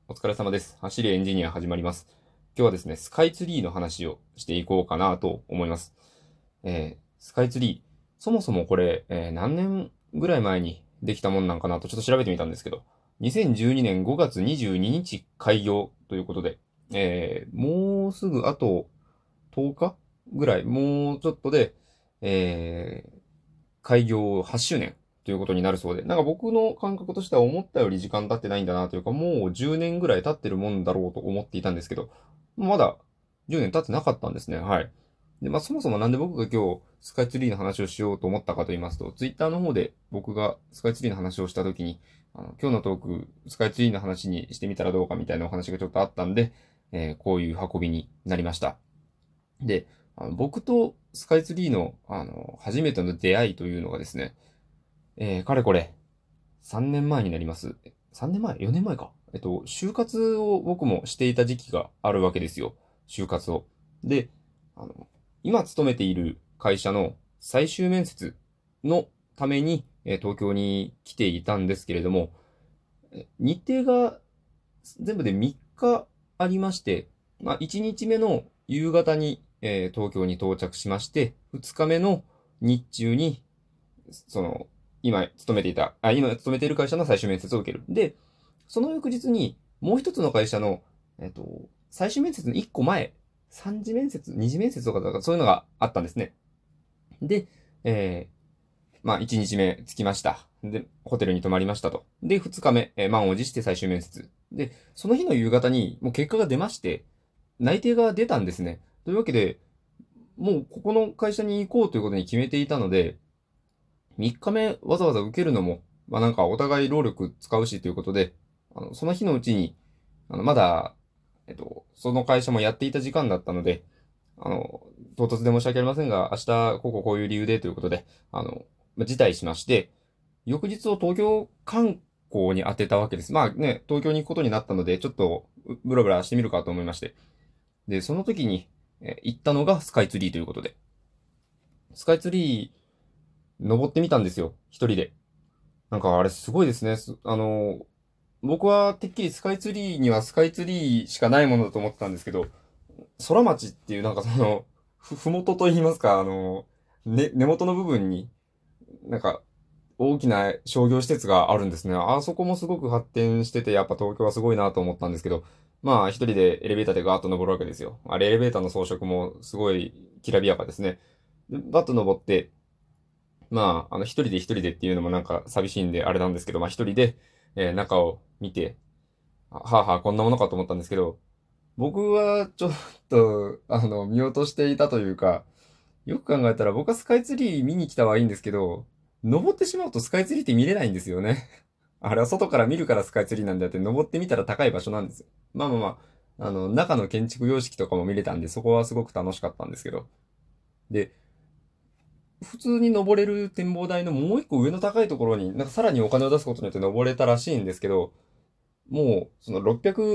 お疲れ様です。走りエンジニア始まります。今日はですね、スカイツリーの話をしていこうかなと思います。スカイツリー。そもそもこれ、何年ぐらい前にできたもんなんかなとちょっと調べてみたんですけど、2012年5月22日開業ということで、もうすぐあと10日ぐらい、もうちょっとで、えー開業8周年ということになるそうで、なんか僕の感覚としては思ったより時間経ってないんだなというか、もう10年ぐらい経ってるもんだろうと思っていたんですけど、まだ10年経ってなかったんですね。はい。で、まあそもそもなんで僕が今日スカイツリーの話をしようと思ったかと言いますと、ツイッターの方で僕がスカイツリーの話をした時に、今日のトーク、スカイツリーの話にしてみたらどうかみたいなお話がちょっとあったんで、こういう運びになりました。で、僕とスカイツリーの、初めての出会いというのがですね、かれこれ、3年前になります。3年前 ?4 年前か。就活を僕もしていた時期があるわけですよ。就活を。で、あの、今勤めている会社の最終面接のために、東京に来ていたんですけれども、日程が全部で3日ありまして、まあ、1日目の夕方に、東京に到着しまして、2日目の日中に、その、今勤めている会社の最終面接を受ける。で、その翌日に、もう一つの会社の、最終面接の1個前、3次面接、2次面接とか、そういうのがあったんですね。で、まあ、1日目着きました。で、ホテルに泊まりましたと。で、2日目、満を持して最終面接。で、その日の夕方にもう結果が出まして、内定が出たんですね。というわけで、もうここの会社に行こうということに決めていたので、3日目わざわざ受けるのも、まあなんかお互い労力使うしということで、その日のうちに、まだ、その会社もやっていた時間だったので、唐突で申し訳ありませんが、明日、こういう理由でということで、辞退しまして、翌日を東京観光に当てたわけです。まあね、東京に行くことになったので、ちょっと、ブラブラしてみるかと思いまして。で、その時に、行ったのがスカイツリーということで。スカイツリー、登ってみたんですよ。一人で。なんかあれすごいですね。僕はてっきりスカイツリーにはスカイツリーしかないものだと思ってたんですけど、空町っていうなんかふもとと言いますか、根元の部分に、なんか大きな商業施設があるんですね。あそこもすごく発展してて、やっぱ東京はすごいなと思ったんですけど、まあ一人でエレベーターでガーッと登るわけですよ。あれエレベーターの装飾もすごいきらびやかですね。でバッと登って、まあ、一人でっていうのもなんか寂しいんであれなんですけど、まあ一人で、中を見て、はあはあ、こんなものかと思ったんですけど、僕はちょっと、見落としていたというか、よく考えたら僕はスカイツリー見に来たはいいんですけど、登ってしまうとスカイツリーって見れないんですよね。あれは外から見るからスカイツリーなんであって、登ってみたら高い場所なんですよ。まあまあまあ、中の建築様式とかも見れたんで、そこはすごく楽しかったんですけど。で、普通に登れる展望台のもう一個上の高いところに、なんかさらにお金を出すことによって登れたらしいんですけど、もう、その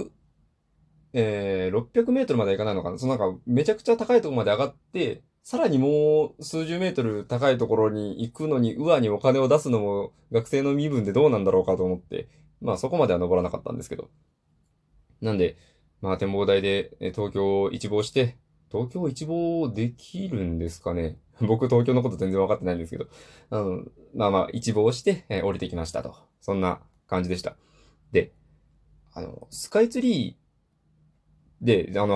600、600メートルまで行かないのかな。なんか、めちゃくちゃ高いところまで上がって、さらにもう数十メートル高いところに行くのに、にお金を出すのも学生の身分でどうなんだろうかと思って、まあそこまでは登らなかったんですけど。なんで、まあ展望台で東京を一望して、東京を一望できるんですかね。僕東京のこと全然わかってないんですけど、まあまあ一望して、降りてきましたと。そんな感じでした。で、スカイツリーで、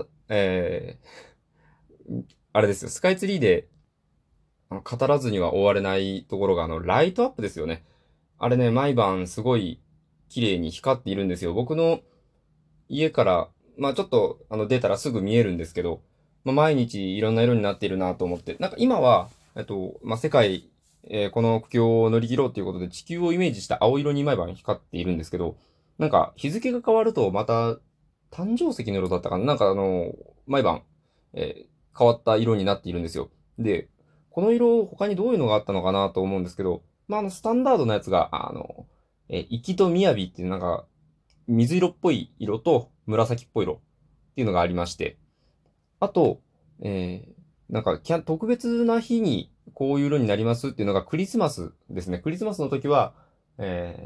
あれですよ、スカイツリーで語らずには終われないところがライトアップですよね。あれね、毎晩すごい綺麗に光っているんですよ。僕の家から、まあちょっと出たらすぐ見えるんですけど、まあ、毎日いろんな色になっているなと思って、なんか今は、まあ世界、この苦境を乗り切ろうということで地球をイメージした青色に毎晩光っているんですけど、なんか日付が変わるとまた誕生石の色だったかななんか毎晩、変わった色になっているんですよ。で、この色他にどういうのがあったのかなと思うんですけど、まあスタンダードなやつが、行きと雅っていうなんか水色っぽい色と紫っぽい色っていうのがありまして、あと、なんか特別な日にこういう色になりますっていうのがクリスマスですね。クリスマスの時は、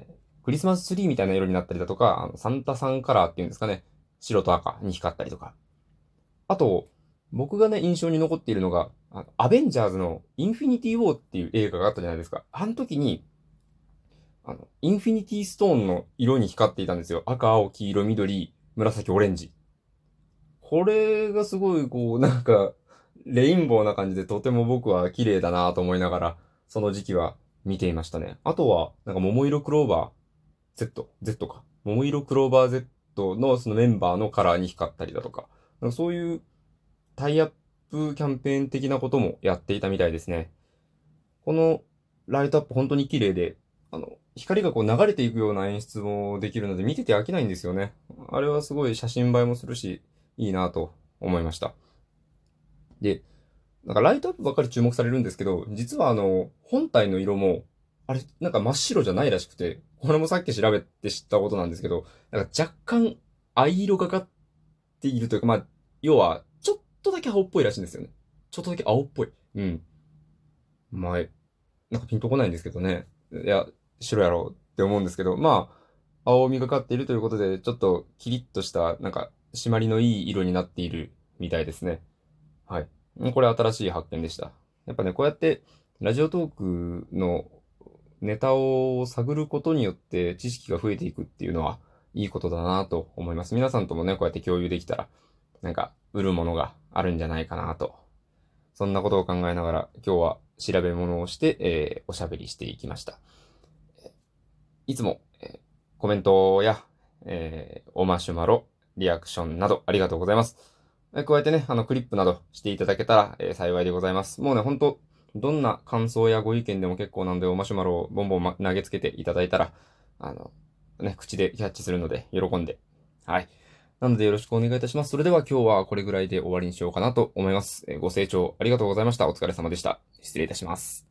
クリスマスツリーみたいな色になったりだとか、サンタさんカラーっていうんですかね。白と赤に光ったりとか。あと、僕がね、印象に残っているのが、アベンジャーズのインフィニティ・ウォーっていう映画があったじゃないですか。あの時に、インフィニティストーンの色に光っていたんですよ。赤、青、黄色、緑、紫、オレンジ。これがすごい、なんか、レインボーな感じでとても僕は綺麗だなと思いながら、その時期は見ていましたね。あとは、なんか、桃色クローバー Z か。桃色クローバー Z のそのメンバーのカラーに光ったりだとか、なんかそういうタイアップキャンペーン的なこともやっていたみたいですね。このライトアップ本当に綺麗で、光が流れていくような演出もできるので見てて飽きないんですよね。あれはすごい写真映えもするし、いいなと思いました。で、なんかライトアップばっかり注目されるんですけど、実は本体の色も、あれ、なんか真っ白じゃないらしくて、これもさっき調べて知ったことなんですけど、なんか若干藍色がかっているというか、まあ、要は、ちょっとだけ青っぽいらしいんですよね。ちょっとだけ青っぽい。うん。まあ、なんかピンとこないんですけどね。いや、白やろうって思うんですけど、まあ、青みがかっているということで、ちょっとキリッとした、なんか、締まりのいい色になっているみたいですね。はい。これ新しい発見でした。やっぱね、こうやって、ラジオトークのネタを探ることによって知識が増えていくっていうのは、いいことだなと思います。皆さんともね、こうやって共有できたら、なんか、売るものがあるんじゃないかなと。そんなことを考えながら、今日は調べ物をして、おしゃべりしていきました。いつも、コメントや、おマシュマロ、リアクションなどありがとうございます。加えてね、クリップなどしていただけたら、幸いでございます。もうね、ほんと、どんな感想やご意見でも結構なので、おマシュマロをボンボン、投げつけていただいたら、口でキャッチするので、喜んで。はい。なのでよろしくお願いいたします。それでは今日はこれぐらいで終わりにしようかなと思います。ご清聴ありがとうございました。お疲れ様でした。失礼いたします。